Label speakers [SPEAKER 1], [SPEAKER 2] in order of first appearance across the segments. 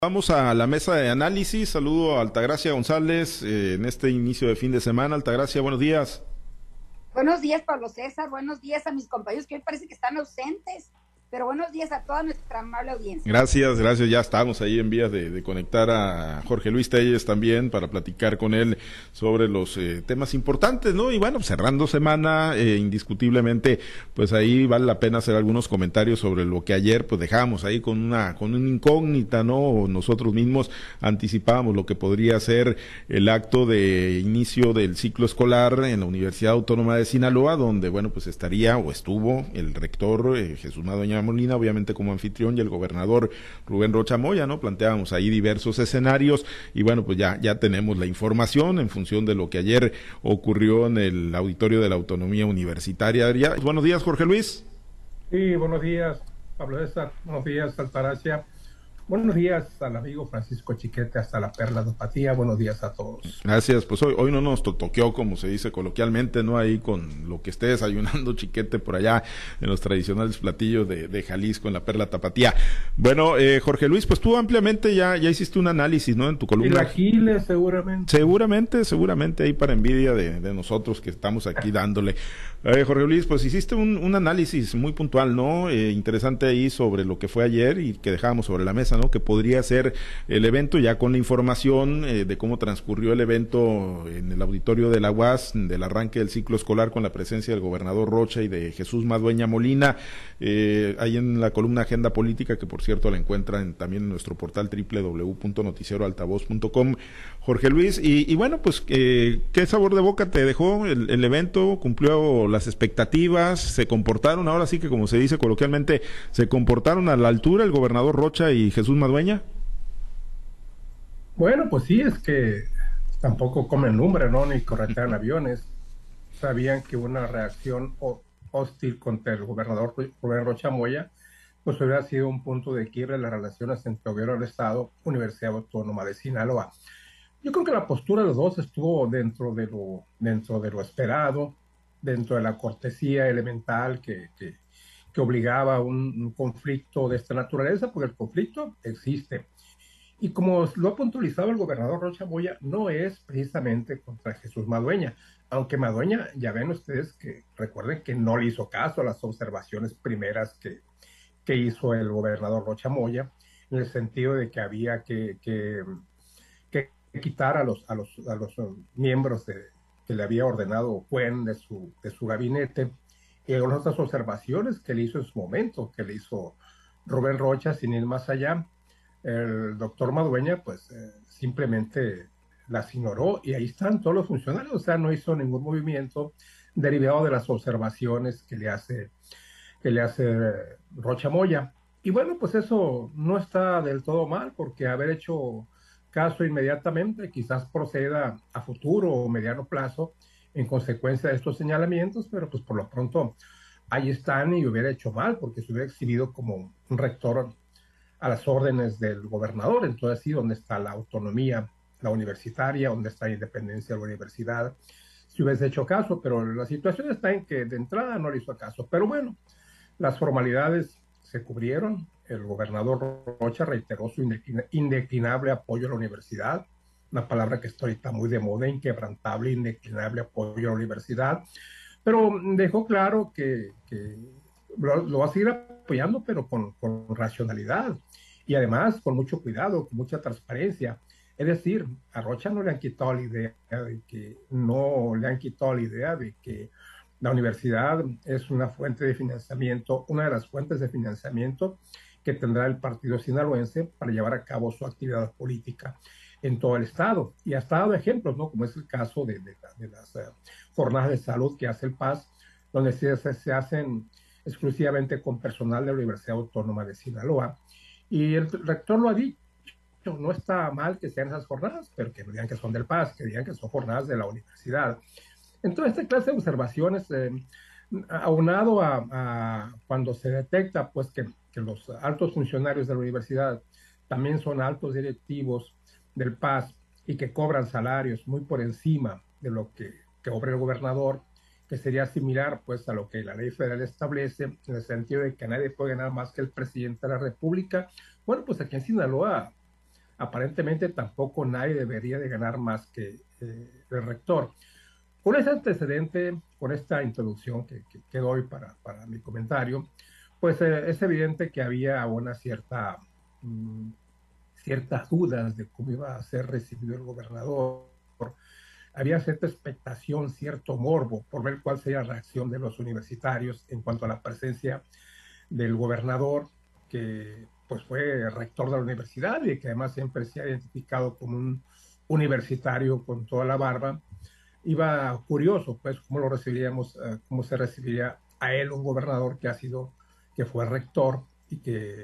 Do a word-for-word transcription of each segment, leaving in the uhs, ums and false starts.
[SPEAKER 1] Vamos a la mesa de análisis. Saludo a Altagracia González eh, en este inicio de fin de semana. Altagracia, buenos días.
[SPEAKER 2] Buenos días, Pablo César. Buenos días a mis compañeros que hoy parece que están ausentes. Pero buenos días a toda nuestra amable audiencia.
[SPEAKER 1] Gracias, gracias. Ya estamos ahí en vías de, de conectar a Jorge Luis Telles también para platicar con él sobre los eh, temas importantes, ¿no? Y bueno, cerrando semana, eh, indiscutiblemente, pues ahí vale la pena hacer algunos comentarios sobre lo que ayer pues dejamos ahí con una con una incógnita, ¿no? Nosotros mismos anticipábamos lo que podría ser el acto de inicio del ciclo escolar en la Universidad Autónoma de Sinaloa, donde, bueno, pues estaría o estuvo el rector eh, Jesús Madueña Molina, obviamente como anfitrión, y el gobernador Rubén Rocha Moya, ¿no? Planteábamos ahí diversos escenarios y bueno, pues ya, ya tenemos la información en función de lo que ayer ocurrió en el auditorio de la Autonomía Universitaria. Ya, buenos días, Jorge Luis.
[SPEAKER 3] Sí, buenos días, Pablo César. Buenos días, Altagracia. Buenos días al amigo Francisco Chiquete hasta la Perla de Apatía. Buenos días a todos.
[SPEAKER 1] Gracias, pues hoy, hoy no nos toqueó, como se dice coloquialmente, ¿no? Ahí con lo que esté desayunando Chiquete por allá en los tradicionales platillos de, de Jalisco en la Perla Tapatía. Bueno, eh, Jorge Luis, pues tú ampliamente ya, ya hiciste un análisis, ¿no? En tu columna.
[SPEAKER 3] Y la Aquiles, seguramente.
[SPEAKER 1] Seguramente, seguramente ahí para envidia de, de nosotros que estamos aquí dándole. Eh, Jorge Luis, pues hiciste un, un análisis muy puntual, ¿no? Eh, interesante ahí sobre lo que fue ayer y que dejábamos sobre la mesa, ¿no? Que podría ser el evento, ya con la información eh, de cómo transcurrió el evento en el auditorio de la U A S, del arranque del ciclo escolar con la presencia del gobernador Rocha y de Jesús Madueña Molina, eh, ahí en la columna Agenda Política, que por cierto la encuentran también en nuestro portal doble u doble u doble u punto noticiero altavoz punto com, Jorge Luis, y, y bueno, pues eh, ¿qué sabor de boca te dejó el, el evento? ¿Cumplió las expectativas? ¿Se comportaron, ahora sí que como se dice coloquialmente, se comportaron a la altura el gobernador Rocha y Jesús Madueña?
[SPEAKER 3] Bueno, pues sí, es que tampoco comen lumbre, ¿no? Ni corretean aviones. Sabían que una reacción hostil contra el gobernador Rubén Rocha Moya, pues hubiera sido un punto de quiebre en las relaciones entre el gobierno del Estado, Universidad Autónoma de Sinaloa. Yo creo que la postura de los dos estuvo dentro de lo, dentro de lo esperado, dentro de la cortesía elemental que, que, que obligaba a un, un conflicto de esta naturaleza, porque el conflicto existe. Y como lo ha puntualizado el gobernador Rocha Moya, no es precisamente contra Jesús Madueña, aunque Madueña, ya ven ustedes que recuerden que no le hizo caso a las observaciones primeras que, que hizo el gobernador Rocha Moya, en el sentido de que había que, que, que quitar a los, a los, a los miembros de, que le había ordenado Cuen de su, de su gabinete, y algunas otras observaciones que le hizo en su momento, que le hizo Rubén Rocha, sin ir más allá. El doctor Madueña, pues eh, simplemente las ignoró y ahí están todos los funcionarios, o sea, no hizo ningún movimiento derivado de las observaciones que le hace, que le hace Rocha Moya. Y bueno, pues eso no está del todo mal, porque haber hecho caso inmediatamente quizás proceda a futuro o mediano plazo en consecuencia de estos señalamientos, pero pues por lo pronto ahí están y hubiera hecho mal, porque se hubiera exhibido como un rector a las órdenes del gobernador. Entonces sí, donde está la autonomía, la universitaria, donde está la independencia de la universidad, si hubiese hecho caso, pero la situación está en que de entrada no le hizo caso. Pero bueno, las formalidades se cubrieron, el gobernador Rocha reiteró su indeclinable apoyo a la universidad, una palabra que está ahorita muy de moda, inquebrantable, indeclinable apoyo a la universidad, pero dejó claro que, que lo, lo va a seguir apoyando, pero con, con racionalidad y además con mucho cuidado, con mucha transparencia. Es decir, a Rocha no le han quitado la idea de que no le han quitado la idea de que la universidad es una fuente de financiamiento, una de las fuentes de financiamiento que tendrá el partido sinaloense para llevar a cabo su actividad política en todo el estado. Y ha dado ejemplos, ¿no? Como es el caso de, de, de las uh, jornadas de salud que hace el P A S, donde se, se hacen exclusivamente con personal de la Universidad Autónoma de Sinaloa. Y el rector lo ha dicho, no está mal que sean esas jornadas, pero que no digan que son del P A S, que digan que son jornadas de la universidad. Entonces, esta clase de observaciones, eh, aunado a, a cuando se detecta pues que, que los altos funcionarios de la universidad también son altos directivos del P A S y que cobran salarios muy por encima de lo que, que cobra el gobernador, que sería similar pues a lo que la ley federal establece, en el sentido de que nadie puede ganar más que el presidente de la República. Bueno, pues aquí en Sinaloa aparentemente tampoco nadie debería de ganar más que eh, el rector. Con ese antecedente, con esta introducción que, que, que doy para, para mi comentario, pues eh, es evidente que había una cierta, mmm, ciertas dudas de cómo iba a ser recibido el gobernador. Había cierta expectación, cierto morbo por ver cuál sería la reacción de los universitarios en cuanto a la presencia del gobernador, que pues fue rector de la universidad y que además siempre se ha identificado como un universitario con toda la barba. Iba curioso, pues, cómo lo recibiríamos, uh, cómo se recibiría a él, un gobernador que ha sido, que fue rector y que,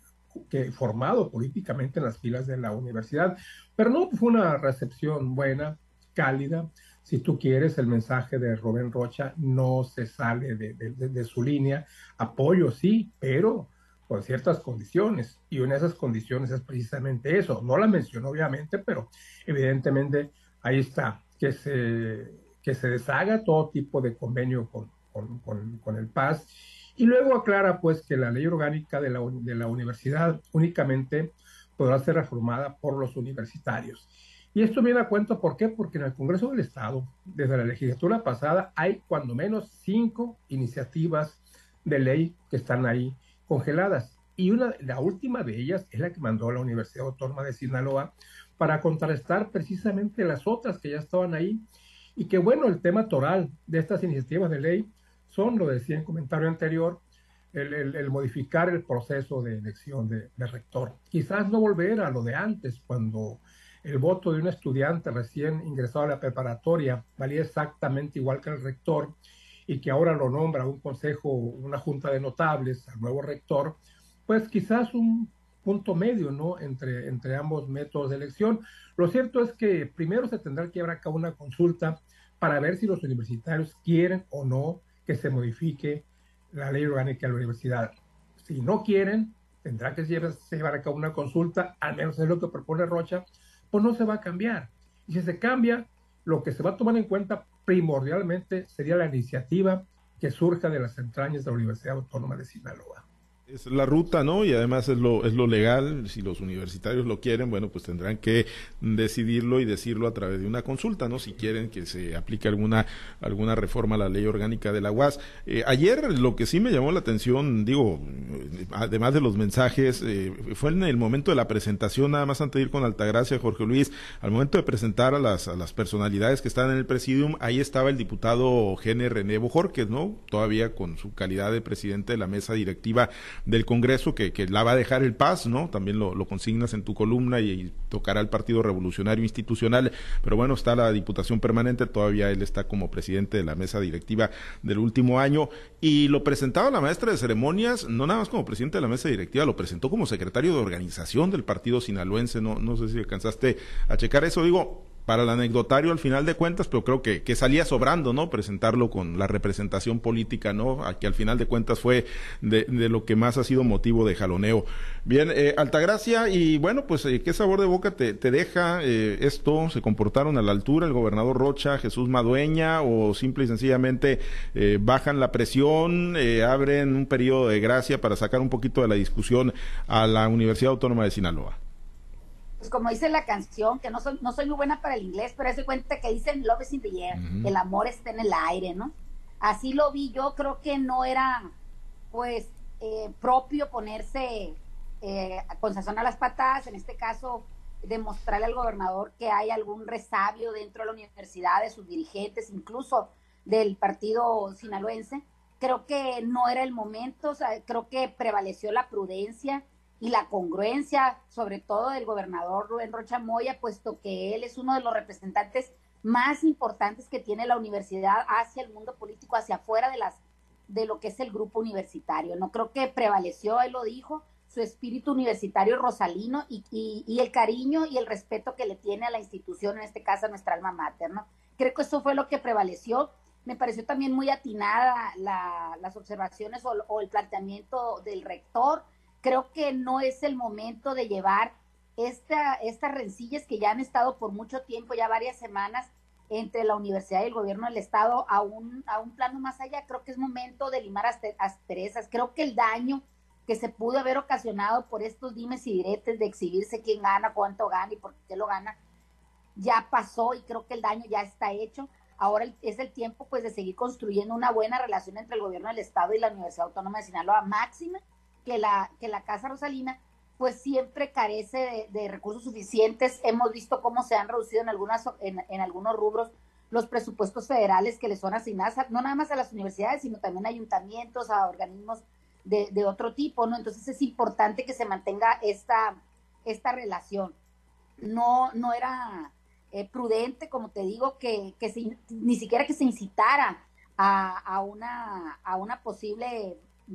[SPEAKER 3] que formado políticamente en las filas de la universidad. Pero no, fue una recepción buena, cálida. Si tú quieres, el mensaje de Rubén Rocha no se sale de, de, de, de su línea. Apoyo, sí, pero con ciertas condiciones. Y una de esas condiciones es precisamente eso. No la mencionó, obviamente, pero evidentemente ahí está. Que se, que se deshaga todo tipo de convenio con, con, con, con el P A S, y luego aclara pues que la ley orgánica de la, de la universidad únicamente podrá ser reformada por los universitarios. Y esto me da cuenta, ¿por qué? Porque en el Congreso del Estado, desde la legislatura pasada, hay cuando menos cinco iniciativas de ley que están ahí congeladas. Y una, la última de ellas es la que mandó la Universidad Autónoma de Sinaloa para contrarrestar precisamente las otras que ya estaban ahí. Y que bueno, el tema toral de estas iniciativas de ley son, lo decía en comentario anterior, el, el, el modificar el proceso de elección de, de rector. Quizás no volver a lo de antes, cuando el voto de un estudiante recién ingresado a la preparatoria valía exactamente igual que el rector, y que ahora lo nombra un consejo, una junta de notables al nuevo rector, pues quizás un punto medio, ¿no?, entre, entre ambos métodos de elección. Lo cierto es que primero se tendrá que llevar a cabo una consulta para ver si los universitarios quieren o no que se modifique la ley orgánica de la universidad. Si no quieren, tendrá que llevar, llevar a cabo una consulta, al menos es lo que propone Rocha, pues no se va a cambiar. Y si se cambia, lo que se va a tomar en cuenta primordialmente sería la iniciativa que surja de las entrañas de la Universidad Autónoma de Sinaloa.
[SPEAKER 1] Es la ruta, ¿no? Y además es lo es lo legal. Si los universitarios lo quieren, bueno, pues tendrán que decidirlo y decirlo a través de una consulta, ¿no? Si quieren que se aplique alguna alguna reforma a la ley orgánica de la U A S. Eh, ayer lo que sí me llamó la atención, digo, además de los mensajes, eh, fue en el momento de la presentación, nada más antes de ir con Altagracia, Jorge Luis, al momento de presentar a las a las personalidades que están en el presidium, ahí estaba el diputado Gene René Bojorquez, ¿no? Todavía con su calidad de presidente de la mesa directiva del Congreso, que, que la va a dejar el P A S, ¿no? También lo, lo consignas en tu columna y, y tocará el Partido Revolucionario Institucional, pero bueno, está la Diputación Permanente, todavía él está como presidente de la mesa directiva del último año, y lo presentaba la maestra de ceremonias, no nada más como presidente de la mesa directiva, lo presentó como secretario de organización del partido sinaloense, no, no sé si alcanzaste a checar eso, digo, para el anecdotario al final de cuentas, pero creo que, que salía sobrando, ¿no? Presentarlo con la representación política, ¿no? Que al final de cuentas fue de, de lo que más ha sido motivo de jaloneo. Bien, eh, Altagracia, y bueno, pues, eh, ¿qué sabor de boca te, te deja eh, esto? ¿Se comportaron a la altura el gobernador Rocha, Jesús Madueña, o simple y sencillamente eh, bajan la presión, eh, abren un periodo de gracia para sacar un poquito de la discusión a la Universidad Autónoma de Sinaloa?
[SPEAKER 2] Pues como dice la canción, que no soy, no soy muy buena para el inglés, pero hace cuenta que dicen love is in the air, uh-huh. El amor está en el aire, ¿no? Así lo vi yo, creo que no era, pues, eh, propio ponerse eh, con sazón a las patadas, en este caso, demostrarle al gobernador que hay algún resabio dentro de la universidad, de sus dirigentes, incluso del partido sinaloense. Creo que no era el momento, o sea, creo que prevaleció la prudencia y la congruencia, sobre todo del gobernador Rubén Rocha Moya, puesto que él es uno de los representantes más importantes que tiene la universidad hacia el mundo político, hacia afuera de las de lo que es el grupo universitario. No creo que prevaleció, él lo dijo, su espíritu universitario rosalino y, y, y el cariño y el respeto que le tiene a la institución, en este caso a nuestra alma mater, ¿no? Creo que eso fue lo que prevaleció. Me pareció también muy atinada la, las observaciones o, o el planteamiento del rector. Creo que no es el momento de llevar esta, estas rencillas que ya han estado por mucho tiempo, ya varias semanas, entre la universidad y el gobierno del estado a un, a un plano más allá. Creo que es momento de limar asperezas. Creo que el daño que se pudo haber ocasionado por estos dimes y diretes de exhibirse quién gana, cuánto gana y por qué lo gana, ya pasó y creo que el daño ya está hecho. Ahora es el tiempo pues de seguir construyendo una buena relación entre el gobierno del estado y la Universidad Autónoma de Sinaloa, máxima que la, que la Casa Rosalina pues siempre carece de, de recursos suficientes. Hemos visto cómo se han reducido en, algunas, en, en algunos rubros los presupuestos federales que les son asignados, no nada más a las universidades, sino también a ayuntamientos, a organismos de, de otro tipo, ¿no? Entonces es importante que se mantenga esta, esta relación. No, no era eh, prudente, como te digo, que, que se, ni siquiera que se incitara a, a, una, a una posible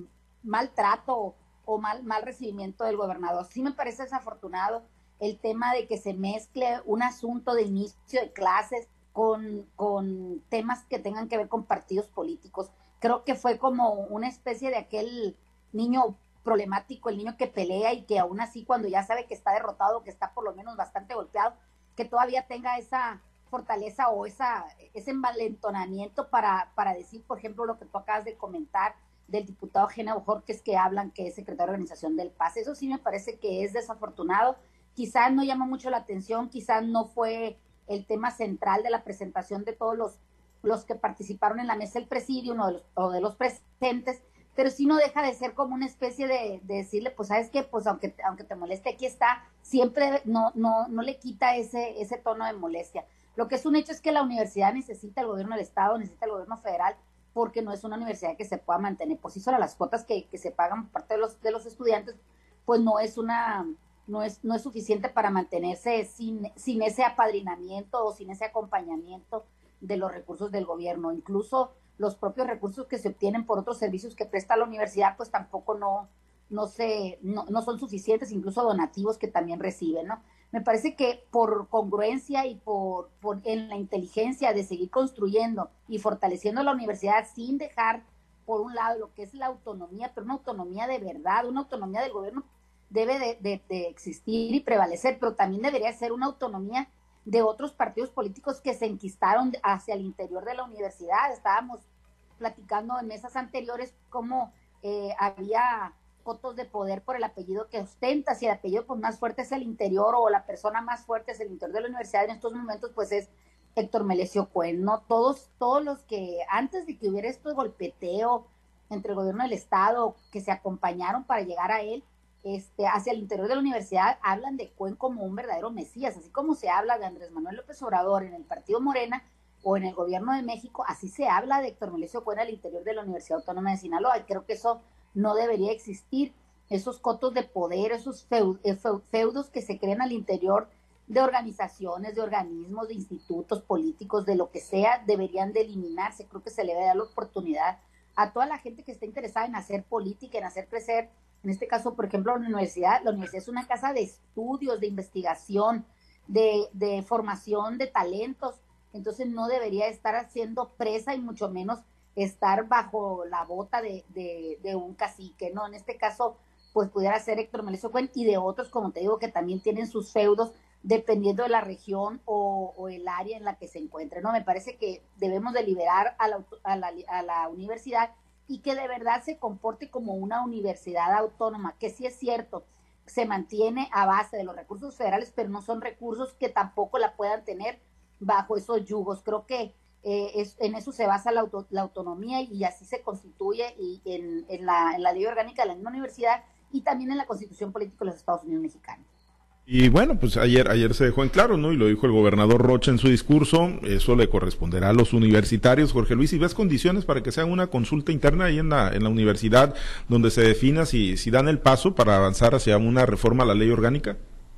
[SPEAKER 2] maltrato o mal, mal recibimiento del gobernador. Sí me parece desafortunado el tema de que se mezcle un asunto de inicio de clases con, con temas que tengan que ver con partidos políticos. Creo que fue como una especie de aquel niño problemático, el niño que pelea y que aún así cuando ya sabe que está derrotado, que está por lo menos bastante golpeado, que todavía tenga esa fortaleza o esa, ese envalentonamiento para, para decir, por ejemplo, lo que tú acabas de comentar del diputado Genaro Jorques, que hablan que es secretario de Organización del P A S. Eso sí me parece que es desafortunado. Quizás no llama mucho la atención, quizás no fue el tema central de la presentación de todos los, los que participaron en la mesa del presidium o de los, o de los presentes, pero sí no deja de ser como una especie de, de decirle, pues sabes qué, pues aunque, aunque te moleste, aquí está, siempre no, no, no le quita ese, ese tono de molestia. Lo que es un hecho es que la universidad necesita el gobierno del estado, necesita el gobierno federal, porque no es una universidad que se pueda mantener por sí sola. Las cuotas que, que se pagan por parte de los, de los estudiantes, pues no es una... No es, no es suficiente para mantenerse sin, sin ese apadrinamiento o sin ese acompañamiento de los recursos del gobierno. Incluso los propios recursos que se obtienen por otros servicios que presta la universidad, pues tampoco no, no, se, no, no son suficientes, incluso donativos que también reciben, ¿no? Me parece que por congruencia y por, por en la inteligencia de seguir construyendo y fortaleciendo la universidad sin dejar por un lado lo que es la autonomía, pero una autonomía de verdad, una autonomía del gobierno debe de, de, de existir y prevalecer, pero también debería ser una autonomía de otros partidos políticos que se enquistaron hacia el interior de la universidad. Estábamos platicando en mesas anteriores cómo eh, había cotos de poder por el apellido que ostenta, si el apellido pues, más fuerte es el interior o la persona más fuerte es el interior de la universidad en estos momentos, pues es Héctor Melesio Cuen, ¿no? Todos, todos los que antes de que hubiera esto de golpeteo entre el gobierno del estado, que se acompañaron para llegar a él, Este, hacia el interior de la universidad, hablan de Cuen como un verdadero mesías, así como se habla de Andrés Manuel López Obrador en el partido Morena o en el gobierno de México, así se habla de Héctor Melesio Cuen al interior de la Universidad Autónoma de Sinaloa, y creo que eso no debería existir, esos cotos de poder, esos feudos que se crean al interior de organizaciones, de organismos, de institutos políticos, de lo que sea, deberían de eliminarse. Creo que se le debe dar la oportunidad a toda la gente que está interesada en hacer política, en hacer crecer. En este caso, por ejemplo, la universidad, la universidad es una casa de estudios, de investigación, de, de formación de talentos, entonces no debería estar haciendo presa y mucho menos estar bajo la bota de, de, de un cacique, ¿no? En este caso, pues pudiera ser Héctor Melesio Cuen y de otros, como te digo, que también tienen sus feudos dependiendo de la región o, o el área en la que se encuentre, ¿no? Me parece que debemos de liberar a la, a la, a la universidad y que de verdad se comporte como una universidad autónoma, que sí es cierto, se mantiene a base de los recursos federales, pero no son recursos que tampoco la puedan tener bajo esos yugos. Creo que eh, es, en eso se basa la, auto, la autonomía y así se constituye y en, en, la, en la ley orgánica de la misma universidad y también en la Constitución Política de los Estados Unidos Mexicanos.
[SPEAKER 1] Y bueno, pues ayer ayer se dejó en claro, ¿no? Y lo dijo el gobernador Rocha en su discurso, eso le corresponderá a los universitarios, Jorge Luis, y ves condiciones para que se haga una consulta interna ahí en la en la universidad donde se defina si si dan el paso para avanzar hacia una reforma a la ley orgánica.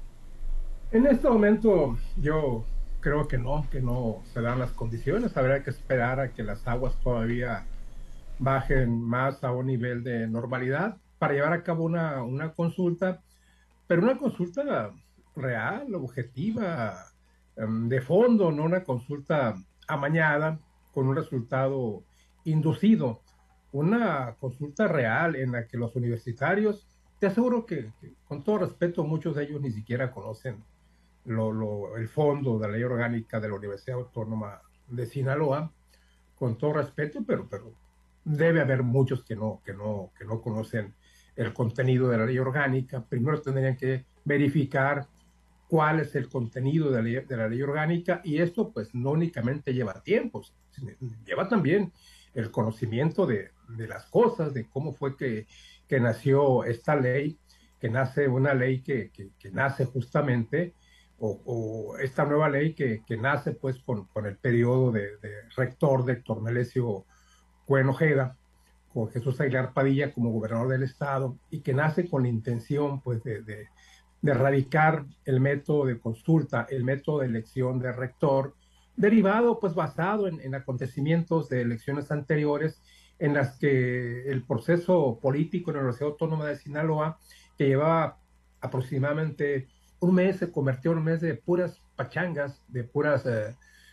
[SPEAKER 3] En este momento yo creo que no, que no se dan las condiciones, habría que esperar a que las aguas todavía bajen más a un nivel de normalidad para llevar a cabo una, una consulta, pero una consulta real, objetiva, de fondo, no una consulta amañada con un resultado inducido, una consulta real en la que los universitarios, te aseguro que, que con todo respeto, muchos de ellos ni siquiera conocen lo, lo, el fondo de la ley orgánica de la Universidad Autónoma de Sinaloa, con todo respeto, pero, pero debe haber muchos que no, que no, que no conocen el contenido de la ley orgánica. Primero tendrían que verificar cuál es el contenido de la ley, de la ley orgánica, y esto pues no únicamente lleva tiempo, lleva también el conocimiento de, de las cosas, de cómo fue que, que nació esta ley, que nace una ley que, que, que nace justamente, o, o esta nueva ley que, que nace pues con, con el periodo de, de rector de Héctor Melesio Cuen Ojeda, con Jesús Aguilar Padilla como gobernador del estado, y que nace con la intención pues de, de, de erradicar el método de consulta, el método de elección de rector, derivado pues basado en, en acontecimientos de elecciones anteriores en las que el proceso político en la Universidad Autónoma de Sinaloa, que llevaba aproximadamente un mes, se convirtió en un mes de puras pachangas, de puras eh,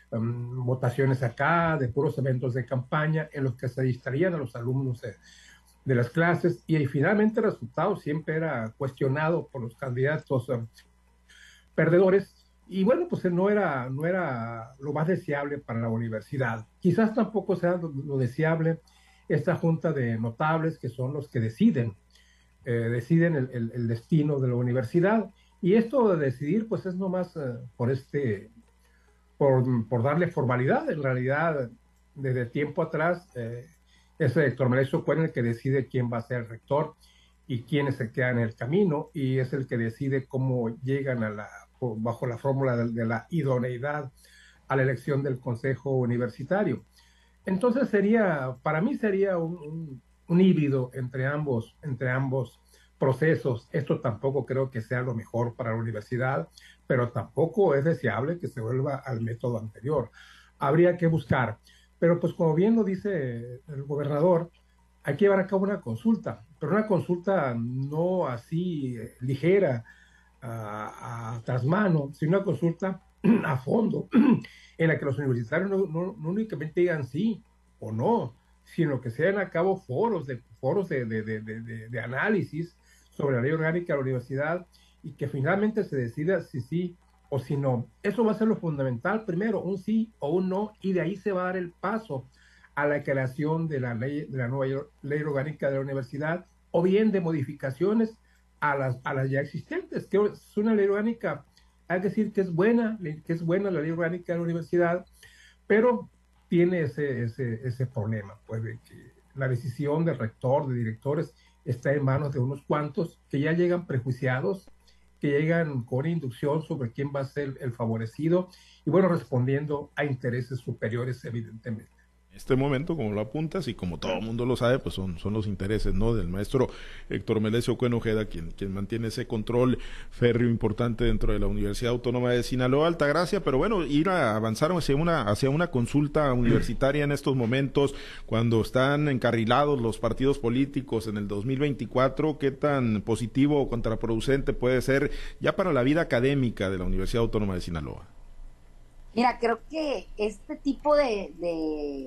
[SPEAKER 3] um, votaciones acá, de puros eventos de campaña en los que se distraían a los alumnos de, de las clases, y, y finalmente el resultado siempre era cuestionado por los candidatos um, perdedores. Y bueno, pues no era, no era lo más deseable para la universidad. Quizás tampoco sea lo, lo deseable esta junta de notables, que son los que deciden, eh, deciden el, el, el destino de la universidad. Y esto de decidir, pues es nomás eh, por este, por, por darle formalidad. En realidad, desde tiempo atrás, eh, es el Héctor Melesio Cuen el que decide quién va a ser el rector y quiénes se quedan en el camino, y es el que decide cómo llegan a la bajo la fórmula de, de la idoneidad a la elección del consejo universitario. Entonces sería, para mí sería un, un, un híbrido entre ambos, entre ambos procesos. Esto tampoco creo que sea lo mejor para la universidad, pero tampoco es deseable que se vuelva al método anterior. Habría que buscar, pero pues como bien lo dice el gobernador, hay que llevar a cabo una consulta, pero una consulta no así eh, ligera, a, a trasmano, sino una consulta a fondo, en la que los universitarios no, no, no únicamente digan sí o no, sino que se den a cabo foros de, foros de, de, de, de, de análisis sobre la ley orgánica de la universidad, y que finalmente se decida si sí o si no. Eso va a ser lo fundamental, primero, un sí o un no, y de ahí se va a dar el paso a la creación de la ley, de la nueva ley orgánica de la universidad, o bien de modificaciones a las, a las ya existentes, que es una ley orgánica, hay que decir que es buena, que es buena la ley orgánica de la universidad, pero tiene ese, ese, ese problema, pues de que la decisión de rector, de directores, está en manos de unos cuantos que ya llegan prejuiciados, que llegan con inducción sobre quién va a ser el favorecido, y bueno, respondiendo a intereses superiores, evidentemente.
[SPEAKER 1] Este momento, como lo apuntas y como todo el mundo lo sabe, pues son, son los intereses, ¿no?, del maestro Héctor Melesio Cuen Ojeda, quien, quien mantiene ese control férreo importante dentro de la Universidad Autónoma de Sinaloa, Altagracia. Pero bueno, ir a avanzar hacia una, hacia una consulta universitaria en estos momentos, cuando están encarrilados los partidos políticos en el dos mil veinticuatro, ¿qué tan positivo o contraproducente puede ser ya para la vida académica de la Universidad Autónoma de Sinaloa?
[SPEAKER 2] Mira, creo que este tipo de, de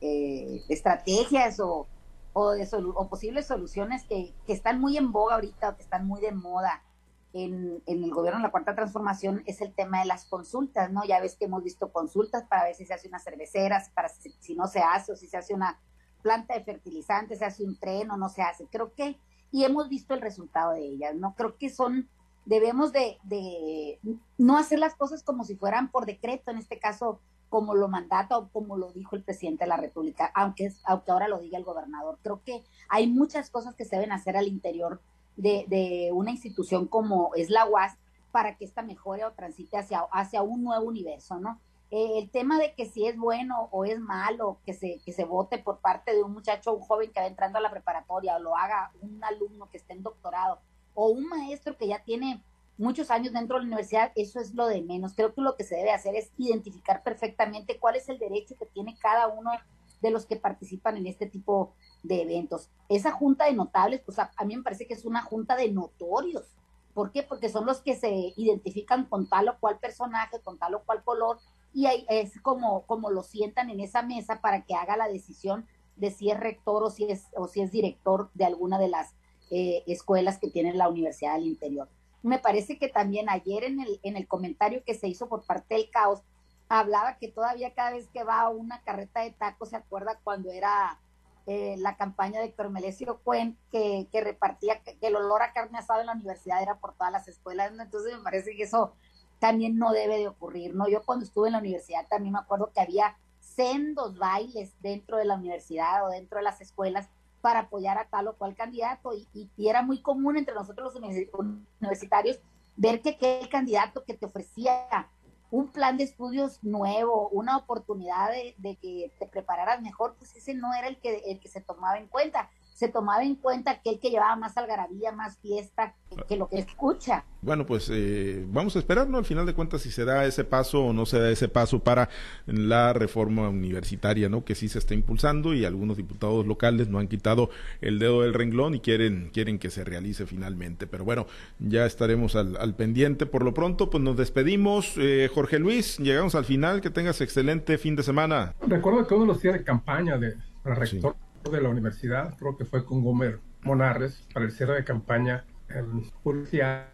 [SPEAKER 2] Eh, estrategias o, o, de solu o posibles soluciones que, que están muy en boga ahorita, o que están muy de moda en, en el gobierno de la Cuarta Transformación, es el tema de las consultas, ¿no? Ya ves que hemos visto consultas para ver si se hace una cervecera, para si, si no se hace, o si se hace una planta de fertilizantes, se hace un tren o no se hace. Creo que, y hemos visto el resultado de ellas, ¿no? Creo que son, debemos de, de no hacer las cosas como si fueran por decreto, en este caso como lo mandata o como lo dijo el presidente de la República, aunque, aunque ahora lo diga el gobernador. Creo que hay muchas cosas que se deben hacer al interior de, de una institución como es la U A S para que esta mejore o transite hacia, hacia un nuevo universo, ¿no? Eh, el tema de que si es bueno o es malo que se, que se vote por parte de un muchacho, un joven que va entrando a la preparatoria, o lo haga un alumno que esté en doctorado, o un maestro que ya tiene muchos años dentro de la universidad, eso es lo de menos. Creo que lo que se debe hacer es identificar perfectamente cuál es el derecho que tiene cada uno de los que participan en este tipo de eventos. Esa junta de notables, pues a, a mí me parece que es una junta de notorios. ¿Por qué? Porque son los que se identifican con tal o cual personaje, con tal o cual color, y ahí es como, como lo sientan en esa mesa para que haga la decisión de si es rector o si es, o si es director de alguna de las eh, escuelas que tiene la Universidad del Interior. Me parece que también ayer en el, en el comentario que se hizo por parte del Caos, hablaba que todavía cada vez que va a una carreta de tacos se acuerda cuando era eh, la campaña de Héctor Melesio Cuen, que, que repartía, que, que el olor a carne asada en la universidad era por todas las escuelas, ¿no? Entonces me parece que eso también no debe de ocurrir, ¿no? Yo cuando estuve en la universidad también me acuerdo que había sendos bailes dentro de la universidad o dentro de las escuelas para apoyar a tal o cual candidato, y, y, y era muy común entre nosotros los universitarios ver que aquel candidato que te ofrecía un plan de estudios nuevo, una oportunidad de, de que te prepararas mejor, pues ese no era el que, el que se tomaba en cuenta. Se tomaba en cuenta aquel que llevaba más algarabía, más fiesta, que lo que escucha.
[SPEAKER 1] Bueno, pues eh, vamos a esperar, ¿no? Al final de cuentas, si se da ese paso o no se da ese paso para la reforma universitaria, ¿no? Que sí se está impulsando y algunos diputados locales no han quitado el dedo del renglón y quieren quieren que se realice finalmente. Pero bueno, ya estaremos al, al pendiente. Por lo pronto, pues nos despedimos. Eh, Jorge Luis, llegamos al final. Que tengas excelente fin de semana.
[SPEAKER 3] Recuerdo que uno de los días de campaña de para rector sí. de la universidad, creo que fue con Gómez Monarres, para el cierre de campaña, el policía,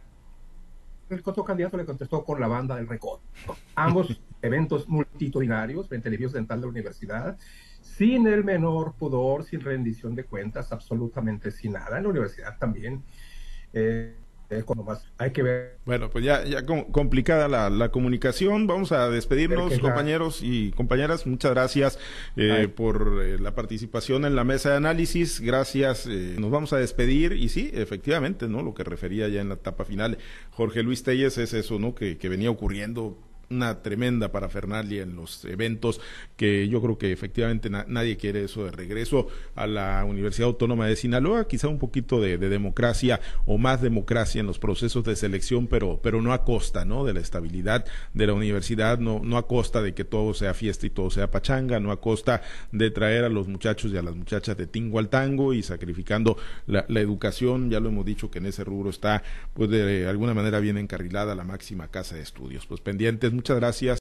[SPEAKER 3] el otro candidato le contestó con la banda del Recodo. Ambos eventos multitudinarios frente al edificio central de la universidad, sin el menor pudor, sin rendición de cuentas, absolutamente sin nada. En la universidad también, eh, eh, cuando más hay que ver.
[SPEAKER 1] Bueno, pues ya, ya com complicada la, la comunicación. Vamos a despedirnos, compañeros la... y compañeras. Muchas gracias eh, por eh, la participación en la mesa de análisis. Gracias. Eh, nos vamos a despedir y sí, efectivamente, ¿no? Lo que refería ya en la etapa final Jorge Luis Telles es eso, ¿no? Que, que venía ocurriendo una tremenda parafernalia en los eventos, que yo creo que efectivamente na nadie quiere eso de regreso a la Universidad Autónoma de Sinaloa, quizá un poquito de, de democracia o más democracia en los procesos de selección, pero pero no a costa, ¿no? de la estabilidad de la universidad, no no a costa de que todo sea fiesta y todo sea pachanga, no a costa de traer a los muchachos y a las muchachas de tingo al tango y sacrificando la, la educación. Ya lo hemos dicho que en ese rubro está pues de alguna manera bien encarrilada la máxima casa de estudios. Pues pendientes. Muchas gracias.